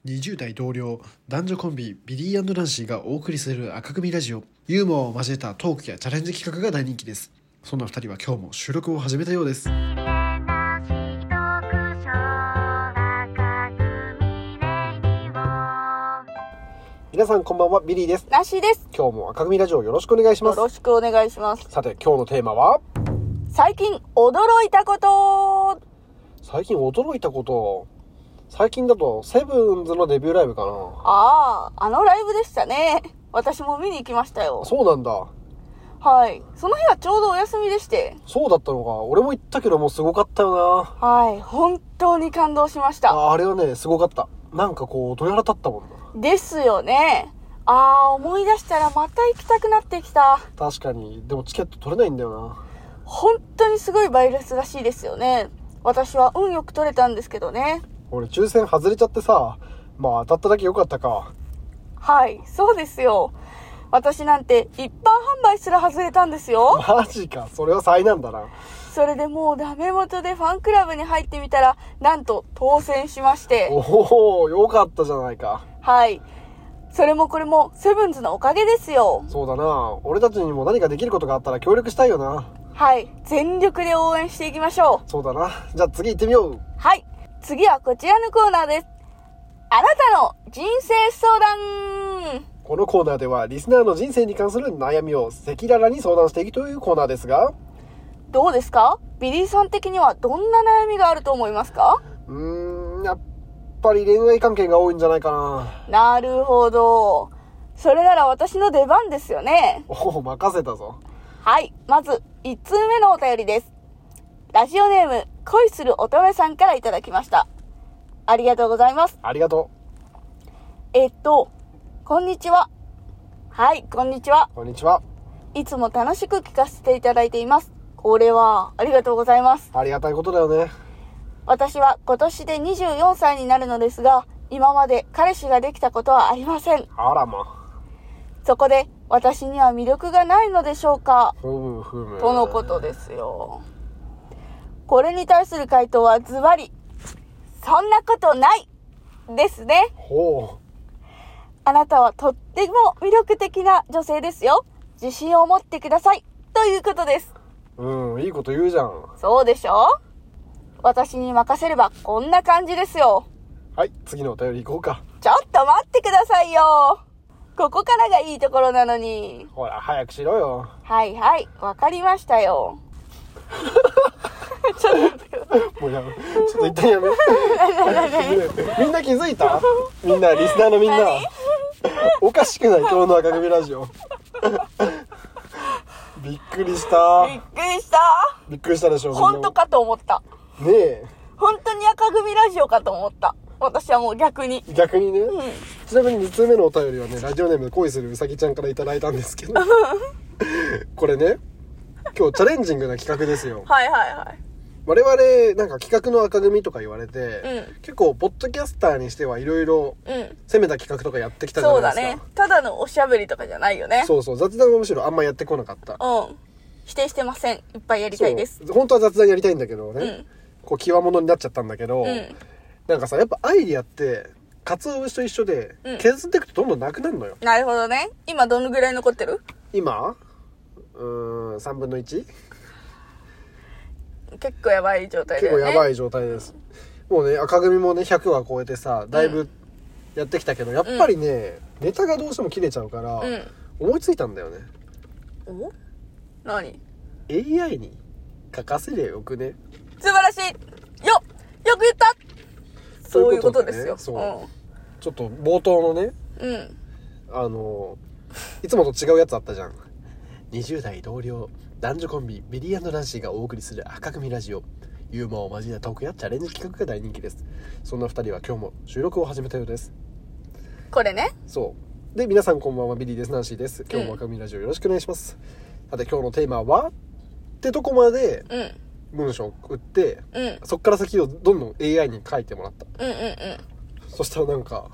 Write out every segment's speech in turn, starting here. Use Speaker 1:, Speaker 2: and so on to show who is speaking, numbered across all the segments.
Speaker 1: 20代同僚男女コンビビリー&ナンシーがお送りする赤組ラジオ。ユーモアを交えたトークやチャレンジ企画が大人気です。そんな2人は今日も収録を始めたようです。皆さんこんばんは、ビリーです。
Speaker 2: ナンシーです。
Speaker 1: 今日も赤組ラジオよろしくお願いします。
Speaker 2: よろしくお願いします。
Speaker 1: さて今日のテーマは、
Speaker 2: 最近驚いたこと。
Speaker 1: 最近驚いたこと。最近だとセブンズのデビューライブかな。
Speaker 2: あのライブでしたね。私も見に行きましたよ。
Speaker 1: そうなんだ。
Speaker 2: はい。その日はちょうどお休みでして。
Speaker 1: そうだったのか。俺も行ったけどもうすごかったよ
Speaker 2: な。はい。本当に感動しました。
Speaker 1: あれはね、すごかった。なんかこう鳥肌立ったもんな。
Speaker 2: ですよね。思い出したらまた行きたくなってきた。
Speaker 1: 確かに。でもチケット取れないんだよな。
Speaker 2: 本当にすごい倍率らしいですよね。私は運よく取れたんですけどね。
Speaker 1: 俺抽選外れちゃってさ、まあ当たっただけ良かったか。
Speaker 2: はい、そうですよ。私なんて一般販売すら外れたんですよ。
Speaker 1: マジか、それは災難だな。
Speaker 2: それでもうダメ元でファンクラブに入ってみたら、なんと当選しまして。
Speaker 1: おお、よかったじゃないか。
Speaker 2: はい。それもこれもセブンズのおかげですよ。
Speaker 1: そうだな。俺たちにも何かできることがあったら協力したいよな。
Speaker 2: はい。全力で応援していきましょ
Speaker 1: う。そうだな。じゃあ次行ってみよう。
Speaker 2: はい。次はこちらのコーナーです。あなたの人生相談。
Speaker 1: このコーナーではリスナーの人生に関する悩みを赤裸々に相談していくというコーナーですが、
Speaker 2: どうですか？ビリーさん的にはどんな悩みがあると思いますか？
Speaker 1: やっぱり恋愛関係が多いんじゃないか
Speaker 2: な。なるほど。それなら私の出番ですよね。
Speaker 1: 任せたぞ。
Speaker 2: はい。まず1通目のお便りです。ラジオネーム恋する乙女さんからいただきました。ありがとうございます。
Speaker 1: ありがと
Speaker 2: う。こんにちは。はい、こんにちは。
Speaker 1: こんにちは。
Speaker 2: いつも楽しく聞かせていただいています。これはありがとうございます。
Speaker 1: ありがたいことだよね。
Speaker 2: 私は今年で24歳になるのですが、今まで彼氏ができたことはありません。
Speaker 1: あらま。
Speaker 2: そこで私には魅力がないのでしょうか。
Speaker 1: と
Speaker 2: のことですよ。これに対する回答はズバリ、そんなことないですね。あなたはとっても魅力的な女性ですよ。自信を持ってください。ということです。
Speaker 1: いいこと言うじゃん。
Speaker 2: そうでしょ？私に任せればこんな感じですよ。
Speaker 1: はい、次のお便り行こうか。
Speaker 2: ちょっと待ってくださいよ。ここからがいいところなのに。
Speaker 1: ほら、早くしろよ。
Speaker 2: はい、わかりましたよ。ちょっと
Speaker 1: もうちょっと一旦やめみんな気づいた？みんな、リスナーのみんな。おかしくない？今日の赤組ラジオ。びっくりした。びっくりしたでしょ。
Speaker 2: 本当かと思った。
Speaker 1: ねえ。
Speaker 2: 本当に赤組ラジオかと思った。私はもう逆にね、
Speaker 1: ちなみに2通目のお便りはね、ラジオネーム恋するうさぎちゃんからいただいたんですけどこれね、今日チャレンジングな企画ですよ。
Speaker 2: はい
Speaker 1: 我々なんか企画の赤組とか言われて、結構ポッドキャスターにしてはいろいろ攻めた企画とかやってきたじゃないですか。
Speaker 2: そうだね。ただのおしゃべりとかじゃないよね。
Speaker 1: そう雑談はむしろあんまやってこなかった。
Speaker 2: 否定してません。いっぱいやりたいです。
Speaker 1: 本当は雑談やりたいんだけどね、こう極物になっちゃったんだけど、なんかさ、やっぱアイディアって鰹節と一緒で、削っていくとどんどんなくなるのよ。
Speaker 2: なるほどね。今どのぐらい残ってる？
Speaker 1: 今3分の 1？
Speaker 2: 結構やばい状態だよね。
Speaker 1: 結構やばい状態です。もうね、赤組もね100話超えてさ、だいぶやってきたけど、やっぱりね、ネタがどうしても切れちゃうから、思いついたんだよね。
Speaker 2: 何？
Speaker 1: AI に書かせりゃよくね。
Speaker 2: 素晴らしいよく言った。そういうことですよ。
Speaker 1: ちょっと冒頭のね、いつもと違うやつあったじゃん。20代同僚男女コンビビリー&ナンシーがお送りする赤組ラジオ。ユーモアを交えたトークやチャレンジ企画が大人気です。そんな2人は今日も収録を始めたようです。これね。そうで、皆さんこんばんは、ビリーです。ナンシーです。今日も赤組ラジオよろしくお願いします。さて今日のテーマはってとこまで文章を打って、そっから先をどんどん AI に書いてもらった。そしたらなんか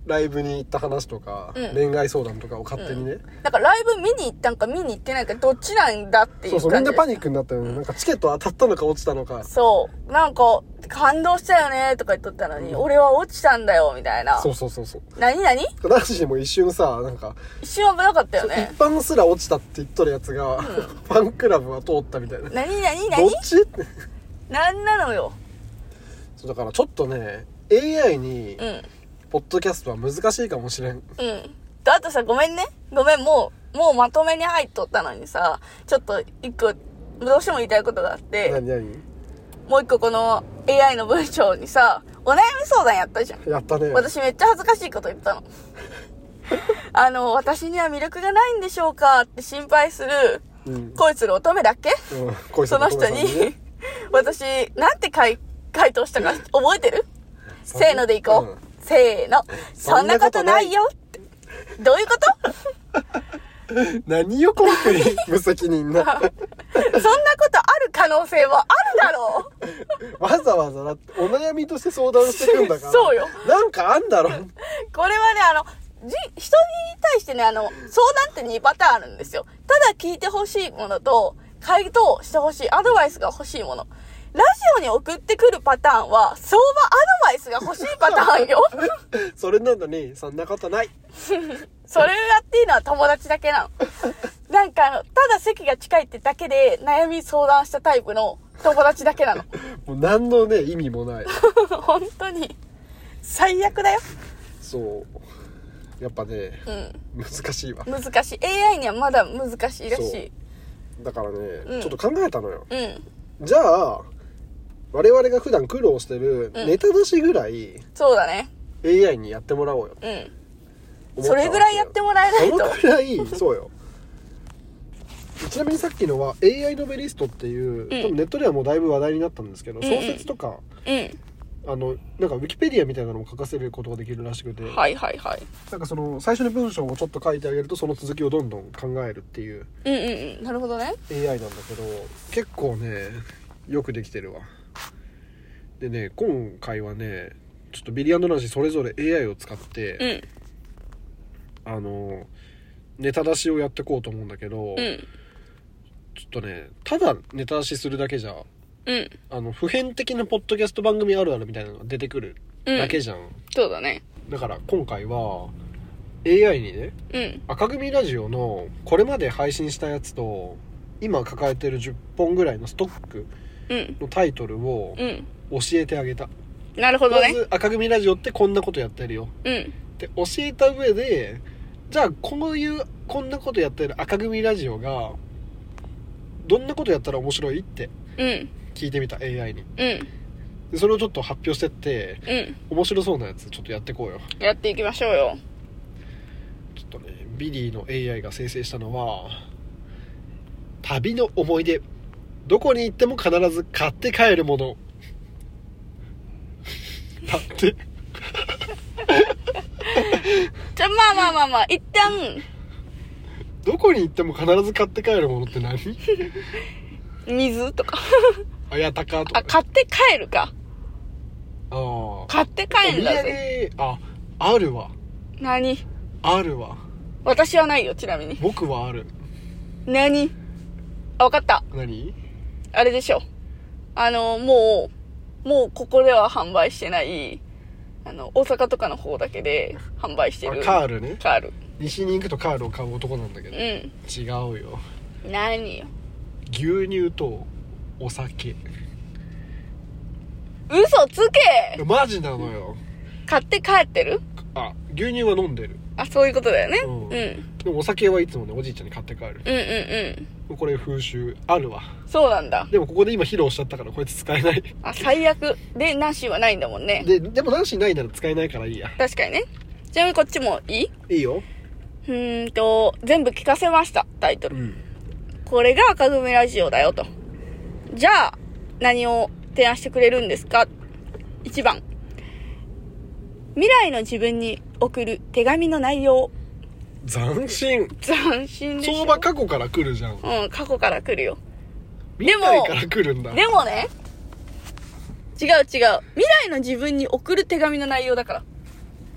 Speaker 1: ライブに行った話とか、恋愛相談とかを勝手にね、
Speaker 2: だからライブ見に行ったんか見に行ってないかどっちなんだっていう感じ。
Speaker 1: そうみんなパニックになったよね。なんかチケット当たったのか落ちたのか。
Speaker 2: そうなんか感動したよねとか言っとったのに、俺は落ちたんだよみたいな。
Speaker 1: そう
Speaker 2: 何
Speaker 1: ナンシーも一瞬さ、なんか
Speaker 2: 一瞬危なかったよね。
Speaker 1: 一般すら落ちたって言っとるやつが、ファンクラブは通ったみたいな。
Speaker 2: 何
Speaker 1: どっち
Speaker 2: なんなのよ。
Speaker 1: そうだからちょっとね AI に、ポッドキャストは難しいかもしれん。
Speaker 2: あとさ、ごめんね。もうまとめに入っとったのにさ、ちょっと一個、どうしても言いたいことがあって。
Speaker 1: 何
Speaker 2: もう一個この AI の文章にさ、お悩み相談やったじゃん。
Speaker 1: やったね。
Speaker 2: 私めっちゃ恥ずかしいこと言ったの。私には魅力がないんでしょうかって心配する、恋する乙女だっけ、その人に、私、なんて回答したか覚えてる？せーのでいこう。せーの。そんなことないよって。どういうこと
Speaker 1: 何よ、この国。無責任な。
Speaker 2: そんなことある可能性はあるだろ
Speaker 1: う。わざわざだってお悩みとして相談してくんだから。
Speaker 2: そうよ。
Speaker 1: なんかあんだろ。
Speaker 2: これはね、人に対してね、相談って2パターンあるんですよ。ただ聞いてほしいものと、回答してほしい、アドバイスが欲しいもの。ラジオに送ってくるパターンは、相場アドバイスが欲しいパターンよ。
Speaker 1: それなのに、そんなことない。
Speaker 2: それをやっていいのは友達だけなの。なんかただ席が近いってだけで悩み相談したタイプの友達だけなの。
Speaker 1: もう何のね、意味もない。
Speaker 2: 本当に。最悪だよ。
Speaker 1: そう。やっぱね、難しいわ。
Speaker 2: 難しい。AI にはまだ難しいらしい。
Speaker 1: だからね、ちょっと考えたのよ。じゃあ、我々が普段苦労してるネタ出しぐらい、
Speaker 2: そうだね。
Speaker 1: AI にやってもらおうよ。
Speaker 2: それぐらいやってもらえないと。
Speaker 1: そのぐらい、そうよ。ちなみにさっきのは AI ノベリストっていう、多分ネットではもうだいぶ話題になったんですけど、小説とか、なんかウィキペディアみたいなのも書かせることができるらしくて、なんかその最初に文章をちょっと書いてあげるとその続きをどんどん考えるっていう、
Speaker 2: なるほどね。
Speaker 1: AI なんだけど、結構ねよくできてるわ。でね、今回はねちょっとビリー&ナンシーそれぞれ AI を使って、ネタ出しをやっていこうと思うんだけど、ちょっとねただネタ出しするだけじゃ、普遍的なポッドキャスト番組あるあるみたいなのが出てくるだけじゃん。
Speaker 2: そうだね。
Speaker 1: だから今回は AI にね、赤組ラジオのこれまで配信したやつと今抱えてる10本ぐらいのストックのタイトルを教えてあげた。
Speaker 2: なるほどね。
Speaker 1: まず赤組ラジオってこんなことやってるよ、で教えた上で、じゃあこんなことやってる赤組ラジオがどんなことやったら面白いって聞いてみた、AI に。でそれをちょっと発表してって、面白そうなやつちょっとやっていこうよ。
Speaker 2: やっていきましょうよ。
Speaker 1: ちょっとね、ビリーの AI が生成したのは、旅の思い出、どこに行っても必ず買って帰るものだって
Speaker 2: じゃあまあ一旦
Speaker 1: どこに行っても必ず買って帰るものって何？
Speaker 2: 水とか
Speaker 1: あやたかとか、
Speaker 2: 買って帰るか。買って帰るんだぜ。
Speaker 1: あるわ。
Speaker 2: 何？
Speaker 1: あるわ。
Speaker 2: 私はないよ、ちなみに。
Speaker 1: 僕はある。
Speaker 2: 何？わかった。
Speaker 1: 何？
Speaker 2: あれでしょ。もうここでは販売してない大阪とかの方だけで販売してる
Speaker 1: カールね。
Speaker 2: カール。
Speaker 1: 西に行くとカールを買う男なんだけど、違うよ。
Speaker 2: 何よ。
Speaker 1: 牛乳とお酒。
Speaker 2: 嘘つけ。
Speaker 1: マジなのよ。
Speaker 2: 買って帰ってる？
Speaker 1: 牛乳は飲んでる。
Speaker 2: そういうことだよね。
Speaker 1: でもお酒はいつもねおじいちゃんに買って帰る。これ風習あるわ。
Speaker 2: そうなんだ。
Speaker 1: でもここで今披露しちゃったからこいつ使えない。
Speaker 2: 最悪でナンシーはないんだもんね。
Speaker 1: でもナンシーないなら使えないからいいや。
Speaker 2: 確かにね。ちなみにこっちもいい？
Speaker 1: いいよ。
Speaker 2: 全部聞かせました、タイトル。これが赤組ラジオだよと。じゃあ何を提案してくれるんですか？ 1 番、未来の自分に送る手紙の内容。
Speaker 1: 斬新
Speaker 2: でしょ。
Speaker 1: 相場過去から来るじゃん。
Speaker 2: 過去から来るよ。
Speaker 1: 未来から来るんだ。
Speaker 2: でもね、違う。未来の自分に送る手紙の内容だから。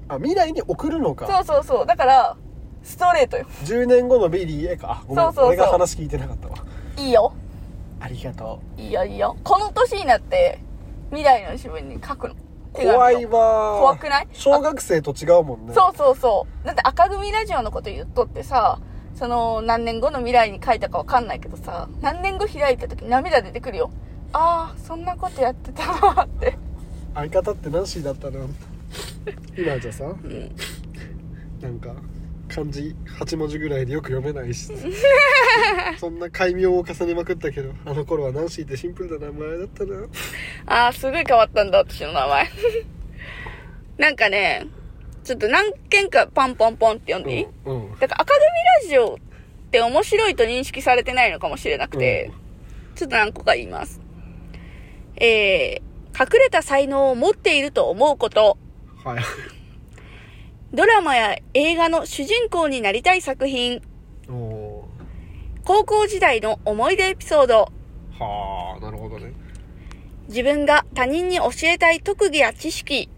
Speaker 1: あ、未来に送るのか。
Speaker 2: そうそうそう。だからストレートよ。
Speaker 1: 10年後のビリーへか。ごめん、
Speaker 2: そうそうそう、
Speaker 1: 俺が話聞いてなかったわ。
Speaker 2: いいよ
Speaker 1: ありがと
Speaker 2: いいよいいよ。この年になって未来の自分に書くの。
Speaker 1: う。怖いわ。
Speaker 2: 怖くない？
Speaker 1: 小学生と違うもんね。
Speaker 2: そうそうそう。だって赤組ラジオのこと言っとってさ、その何年後の未来に書いたかわかんないけどさ、何年後開いた時涙出てくるよ。ああ、そんなことやってたなって。
Speaker 1: 相方ってナンシーだったな。今じゃさ、なんか漢字8文字ぐらいでよく読めないしそんな改名を重ねまくったけど、あの頃はナンシーってシンプルな名前だったな。
Speaker 2: ああ、すごい変わったんだ、私の名前。なんかね、ちょっと何件かパンポンポンって読んでいい？だから赤組ラジオって面白いと認識されてないのかもしれなくて、ちょっと何個か言います。隠れた才能を持っていると思うこと。
Speaker 1: はい。
Speaker 2: ドラマや映画の主人公になりたい作品。高校時代の思い出エピソード。
Speaker 1: はあ、なるほどね。
Speaker 2: 自分が他人に教えたい特技や知識。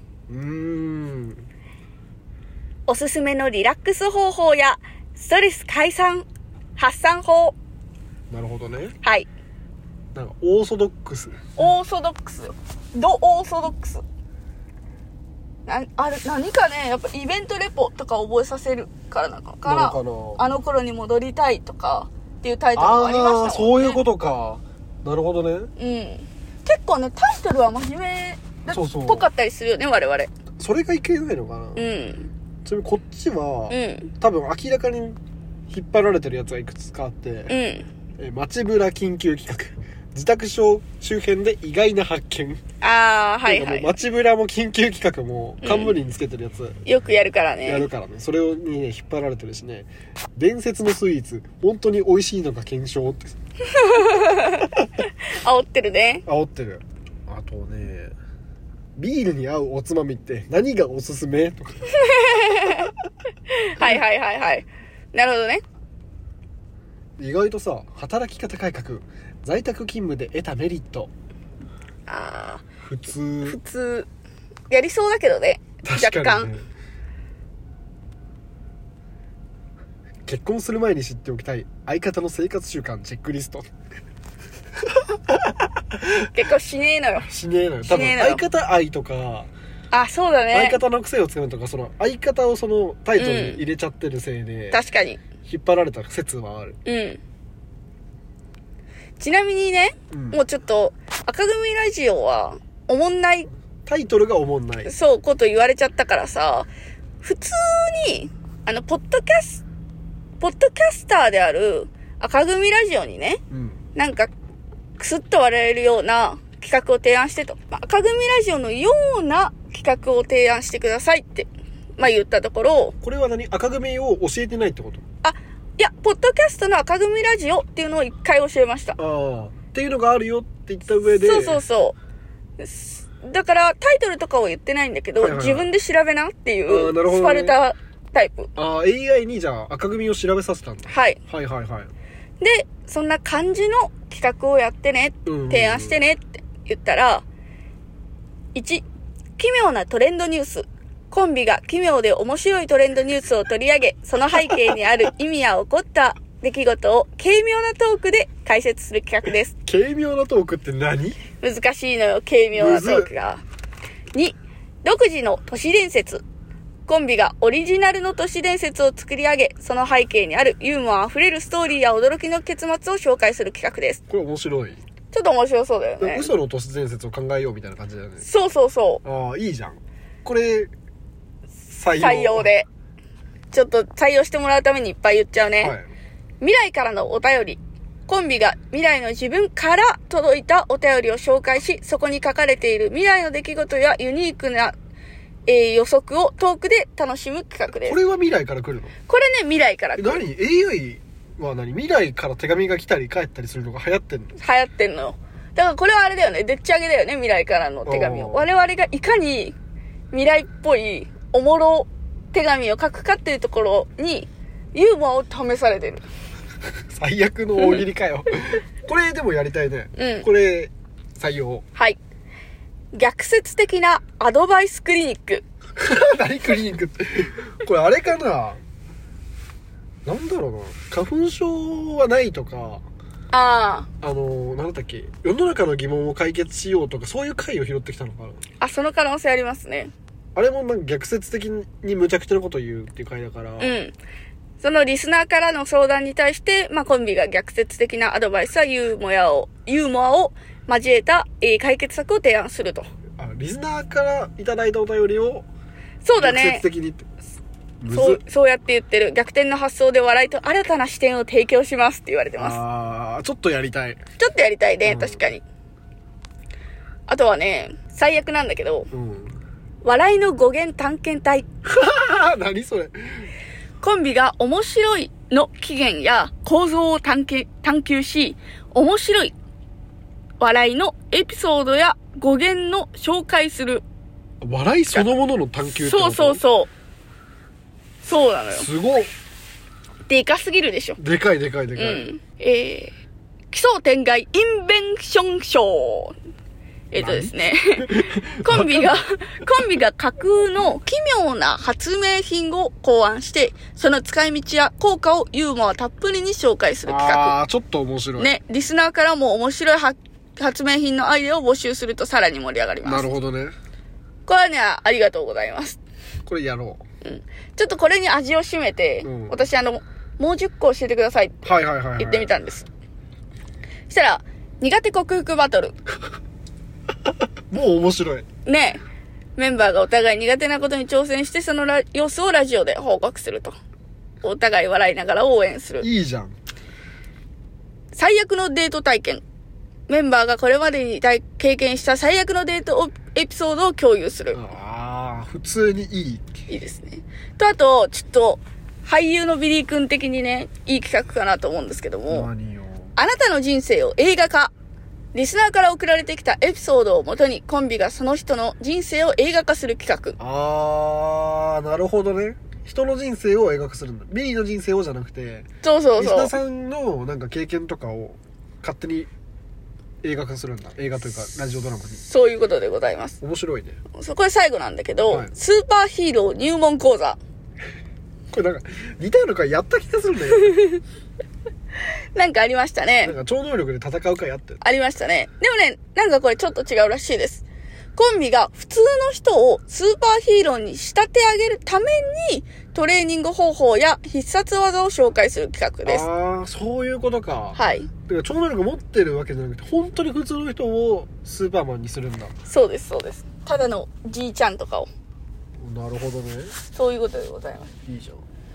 Speaker 2: おすすめのリラックス方法やストレス発散法。
Speaker 1: なるほどね。
Speaker 2: はい。
Speaker 1: なんかオーソドックス。
Speaker 2: オーソドックスよ。ドオーソドックス。あれ、何かね、やっぱイベントレポとか覚えさせるからなのかな。あの頃に戻りたいとかっていうタイトルがありましたもんね。
Speaker 1: そういうことか。なるほどね。うん。
Speaker 2: 結構ね、タイトルは真面目っぽかったりするよね、我々。
Speaker 1: それがいけないのかな。ちなみにこっちは、多分明らかに引っ張られてるやつがいくつかあって、街ブラ緊急企画。自宅周辺で意外な発見。
Speaker 2: ああ、はいはい。
Speaker 1: 街ブラも緊急企画も冠につけてるやつ、
Speaker 2: よくやるからね。
Speaker 1: それにね引っ張られてるしね。伝説のスイーツ本当に美味しいのか検証って
Speaker 2: 煽ってるね。
Speaker 1: 煽ってる。あとね、ビールに合うおつまみって何がおすすめとか
Speaker 2: はいはいはいはい。なるほどね。
Speaker 1: 意外とさ、働き方改革、在宅勤務で得たメリット。
Speaker 2: ああ、
Speaker 1: 普通
Speaker 2: やりそうだけどね。
Speaker 1: 確かにね。結婚する前に知っておきたい相方の生活習慣チェックリスト。
Speaker 2: 結婚しねえのよ。
Speaker 1: 多分相方愛とか、
Speaker 2: あ、そうだね。
Speaker 1: 相方の癖をつかむとか、その相方をそのタイトルに入れちゃってるせいで、
Speaker 2: 確かに
Speaker 1: 引っ張られた説はある。
Speaker 2: ちなみにね、もうちょっと赤組ラジオはおもんない、
Speaker 1: タイトルがおもんない、
Speaker 2: そうこと言われちゃったからさ、普通にポッドキャスターである赤組ラジオにね、なんかクスッと笑えるような企画を提案してと、赤組ラジオのような企画を提案してくださいって、言ったところ、こ
Speaker 1: れは赤組を教えてないってこと？
Speaker 2: いや、ポッドキャストの赤組ラジオっていうのを一回教えました。
Speaker 1: っていうのがあるよって言った上で。
Speaker 2: そうだからタイトルとかを言ってないんだけど、自分で調べなっていうスパルタタイプ。
Speaker 1: AI にじゃあ赤組を調べさせたんだ。はい。
Speaker 2: で、そんな感じの企画をやってね、提案してねって言ったら、1、奇妙なトレンドニュース。コンビが奇妙で面白いトレンドニュースを取り上げ、その背景にある意味や起こった出来事を軽妙なトークで解説する企画です。
Speaker 1: 軽妙なトークって何？
Speaker 2: 難しいのよ、軽妙なトークが。2、独自の都市伝説。コンビがオリジナルの都市伝説を作り上げ、その背景にあるユーモアあふれるストーリーや驚きの結末を紹介する企画です。
Speaker 1: これ面白い。
Speaker 2: ちょっと面白そうだよね。
Speaker 1: 嘘の都市伝説を考えようみたいな感じだよね。
Speaker 2: そう
Speaker 1: いいじゃん。これ
Speaker 2: 採用でちょっと採用してもらうためにいっぱい言っちゃうね、未来からのお便り。コンビが未来の自分から届いたお便りを紹介し、そこに書かれている未来の出来事やユニークな、予測をトークで楽しむ企画です。
Speaker 1: これは未来から来るの？こ
Speaker 2: れね、未来から来る。
Speaker 1: AI は未来から手紙が来たり帰ったりするのが流行ってんの？
Speaker 2: 流行ってんのよ。だからこれはあれだよね、でっち上げだよね、未来からの手紙を。我々がいかに未来っぽいおもろ手紙を書くかっていうところにユーモアを試されてる。
Speaker 1: 最悪の大喜利かよ。これでもやりたいね。これ採用。
Speaker 2: はい。逆説的なアドバイスクリニック。
Speaker 1: 何クリニックってこれあれかな、なんだろうな、花粉症はないとか、なんだったっけ、世の中の疑問を解決しようとか、そういう回を拾ってきたのかな。
Speaker 2: その可能性ありますね。
Speaker 1: あれもなんか逆説的に無茶苦茶なことを言うっていう回だから、
Speaker 2: そのリスナーからの相談に対して、コンビが逆説的なアドバイスやユーモアを交えた、解決策を提案すると。
Speaker 1: リスナーからいただいたお便りを
Speaker 2: そうだね、
Speaker 1: 逆説的にって
Speaker 2: そうやって言ってる。逆転の発想で笑いと新たな視点を提供しますって言われてます。
Speaker 1: ちょっとやりたい
Speaker 2: ね、確かに。あとはね、最悪なんだけど、笑いの語源探検隊
Speaker 1: 何それ。
Speaker 2: コンビが面白いの起源や構造を探求し、面白い笑いのエピソードや語源の紹介する。
Speaker 1: 笑いそのものの探求ってこと？
Speaker 2: そうなのよ。
Speaker 1: すごい。
Speaker 2: でかすぎるでしょ。
Speaker 1: でかい。奇
Speaker 2: 想天外インベンション賞。ですね。コンビが架空の奇妙な発明品を考案して、その使い道や効果をユーモアたっぷりに紹介する企画。
Speaker 1: ちょっと面白い。
Speaker 2: ね、リスナーからも面白い発明品のアイデアを募集するとさらに盛り上がります。
Speaker 1: なるほどね。こ
Speaker 2: れはね、ありがとうございます。
Speaker 1: これやろう。
Speaker 2: ちょっとこれに味を占めて、私もう10個教えてくださいって言ってみたんです。そしたら、苦手克服バトル。
Speaker 1: もう面白い。
Speaker 2: ね、メンバーがお互い苦手なことに挑戦して、その様子をラジオで報告すると。お互い笑いながら応援する。
Speaker 1: いいじゃん。
Speaker 2: 最悪のデート体験。メンバーがこれまでに経験した最悪のデートエピソードを共有する。
Speaker 1: 普通にいい。
Speaker 2: いいですね。あと、ちょっと、俳優のビリー君的にね、いい企画かなと思うんですけども。
Speaker 1: 何よ。
Speaker 2: あなたの人生を映画化。リスナーから送られてきたエピソードをもとにコンビがその人の人生を映画化する企画。
Speaker 1: なるほどね。人の人生を映画化するんだ。ビリーの人生をじゃなくて、
Speaker 2: そう。
Speaker 1: リスナーさんのなんか経験とかを勝手に映画化するんだ。映画というかラジオドラマに。
Speaker 2: そういうことでございます。
Speaker 1: 面白いね。
Speaker 2: これ最後なんだけど、スーパーヒーロー入門講座。
Speaker 1: これなんか似たような回やった気がするんだよ。
Speaker 2: なんかありましたね。
Speaker 1: なんか超能力で戦う回あって。
Speaker 2: ありましたね。でもね、なんかこれちょっと違うらしいです。コンビが普通の人をスーパーヒーローに仕立て上げるためにトレーニング方法や必殺技を紹介する企画です。
Speaker 1: そういうことか。
Speaker 2: はい。
Speaker 1: だから超能力持ってるわけじゃなくて、本当に普通の人をスーパーマンにするんだ。
Speaker 2: そうです。ただのじいちゃんとかを。
Speaker 1: なるほどね。
Speaker 2: そういうことでございます。
Speaker 1: いいじゃん。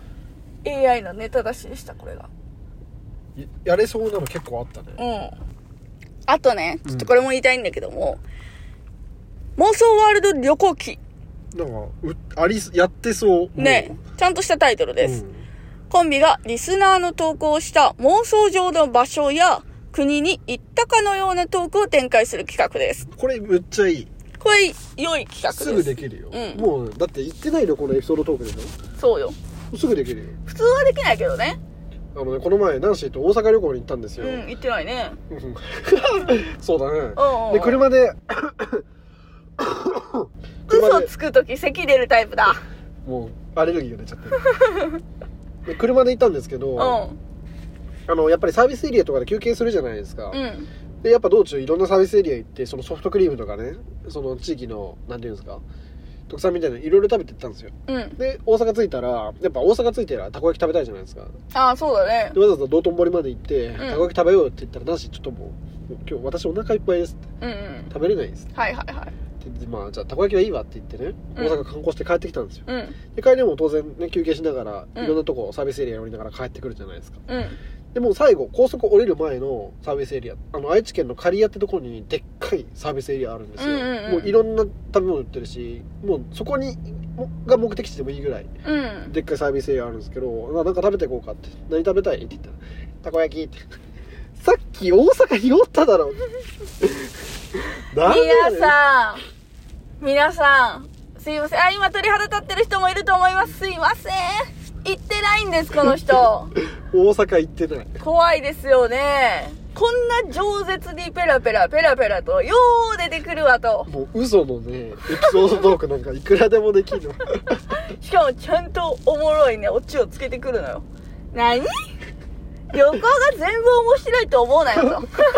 Speaker 2: AI のネタ出しでした、これが。
Speaker 1: やれそうなの結構あったね。
Speaker 2: あとね、ちょっとこれも言いたいんだけども、妄想ワールド旅行記。
Speaker 1: なんか、やってそう。
Speaker 2: ね、ちゃんとしたタイトルです。コンビがリスナーの投稿した妄想上の場所や国に行ったかのようなトークを展開する企画です。
Speaker 1: これむっちゃいい。
Speaker 2: これ良い企画です。
Speaker 1: すぐできるよ。もう、だって行ってないのこのエピソードトークでしょ。
Speaker 2: そうよ。
Speaker 1: すぐできるよ。
Speaker 2: 普通はできないけどね。
Speaker 1: この前ナンシーと大阪旅行に行ったんですよ。
Speaker 2: 行ってないね。
Speaker 1: そうだね。で、車で
Speaker 2: 嘘つくとき咳出るタイプだ。
Speaker 1: もうアレルギーが出ちゃってる。で、車で行ったんですけど、やっぱりサービスエリアとかで休憩するじゃないですか。で、やっぱ道中いろんなサービスエリア行って、そのソフトクリームとかね、その地域のなんていうんですか、特産みたいなのいろいろ食べてったんですよ。で、大阪着いたら、やっぱ大阪着いたらたこ焼き食べたいじゃないですか。そうだね。で、わざわざ道頓堀まで行って、たこ焼き食べようって言ったら、なし、ちょっともう今日私お腹いっぱいですって、食べれないですって。で、まあ、じゃあたこ焼きはいいわって言ってね、大阪観光して帰ってきたんですよ。で、帰りも当然ね、休憩しながら、いろんなとこサービスエリア降りながら帰ってくるじゃないですか。でも最後高速降りる前のサービスエリア、愛知県の刈谷ってところにでっかいサービスエリアあるんですよ。もういろんな食べ物売ってるし、もうそこにが目的地でもいいぐらい、でっかいサービスエリアあるんですけど、なんか食べていこうかって。何食べたいって言ったら、たこ焼きって。さっき大阪におっただろ。
Speaker 2: 皆さんすいません。今鳥肌立ってる人もいると思います。すいません。行ってないんです、この人。
Speaker 1: 大阪行ってない。
Speaker 2: 怖いですよね。 こんな饒舌にペラペラとよう出てくるわと。
Speaker 1: もう嘘のねエピソードトークなんかいくらでもできるの
Speaker 2: しかもちゃんとおもろいねオチをつけてくるのよ。何？旅行が全部面白いと思うなよと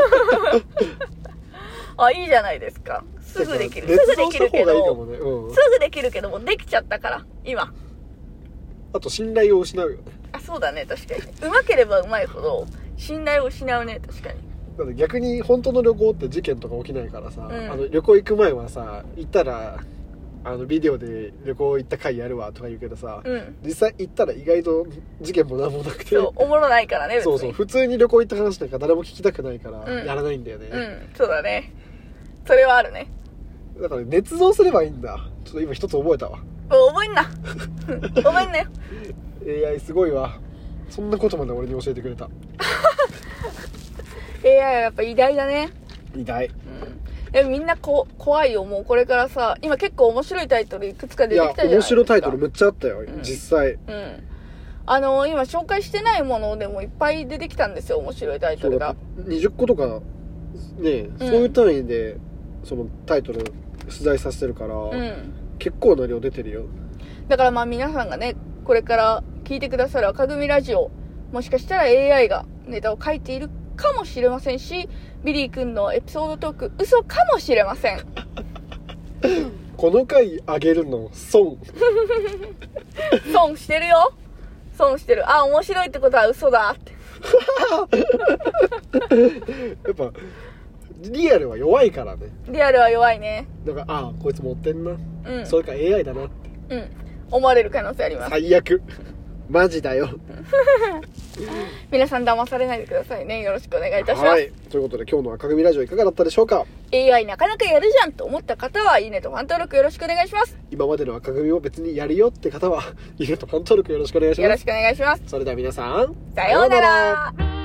Speaker 2: あ、いいじゃないですか。すぐできるけど、すぐできるけどもできちゃったから今。
Speaker 1: あと信頼を失うよね。
Speaker 2: あ、そうだね、確かにうまければうまいほど信頼を失うね。確かに。
Speaker 1: だって逆に本当の旅行って事件とか起きないからさ、旅行行く前はさ、行ったらビデオで旅行行った回やるわとか言うけどさ、実際行ったら意外と事件もなんもなくて、
Speaker 2: そうおもろないからね。別に
Speaker 1: そう普通に旅行行った話なんか誰も聞きたくないからやらないんだよね。
Speaker 2: そうだね、それはあるね。
Speaker 1: だから捏造すればいいんだ。ちょっと今一つ覚えたわ。
Speaker 2: 覚えんな覚えんなよ
Speaker 1: AI すごいわ。そんなことまで俺に教えてくれた
Speaker 2: AI はやっぱ偉大だね。
Speaker 1: 偉大。
Speaker 2: でもみんな怖いよ。もうこれからさ、今結構面白いタイトルいくつか出てきたじゃないですか。
Speaker 1: 面白いタイトルめっちゃあったよ、実際。
Speaker 2: 今紹介してないものでもいっぱい出てきたんですよ、面白いタイトルが。
Speaker 1: 20個とかね、そういう単位でそのタイトル出題させてるから、結構な量出てるよ。だ
Speaker 2: から皆さんがね、これから聞いてくださる赤組ラジオ、もしかしたら AI がネタを書いているかもしれませんし、ビリー君のエピソードトーク嘘かもしれません
Speaker 1: この回あげるの損
Speaker 2: 損してるよ。損してる。あ、面白いってことは嘘だって
Speaker 1: やっぱリアルは弱いからね。
Speaker 2: リアルは弱いね。
Speaker 1: だからこいつ持ってんな、それか AI だなって
Speaker 2: 思われる可能性あります。
Speaker 1: 最悪マジだよ
Speaker 2: 皆さん騙されないでくださいね。よろしくお願いいたします。はい、
Speaker 1: ということで今日の赤組ラジオいかがだったでしょうか。
Speaker 2: AI なかなかやるじゃんと思った方はいいねとファン登録よろしくお願いします。
Speaker 1: 今までの赤組を別にやるよって方はいいねとファン登録よろしくお願いします。
Speaker 2: よろしくお願いします。
Speaker 1: それでは皆さん
Speaker 2: さようなら。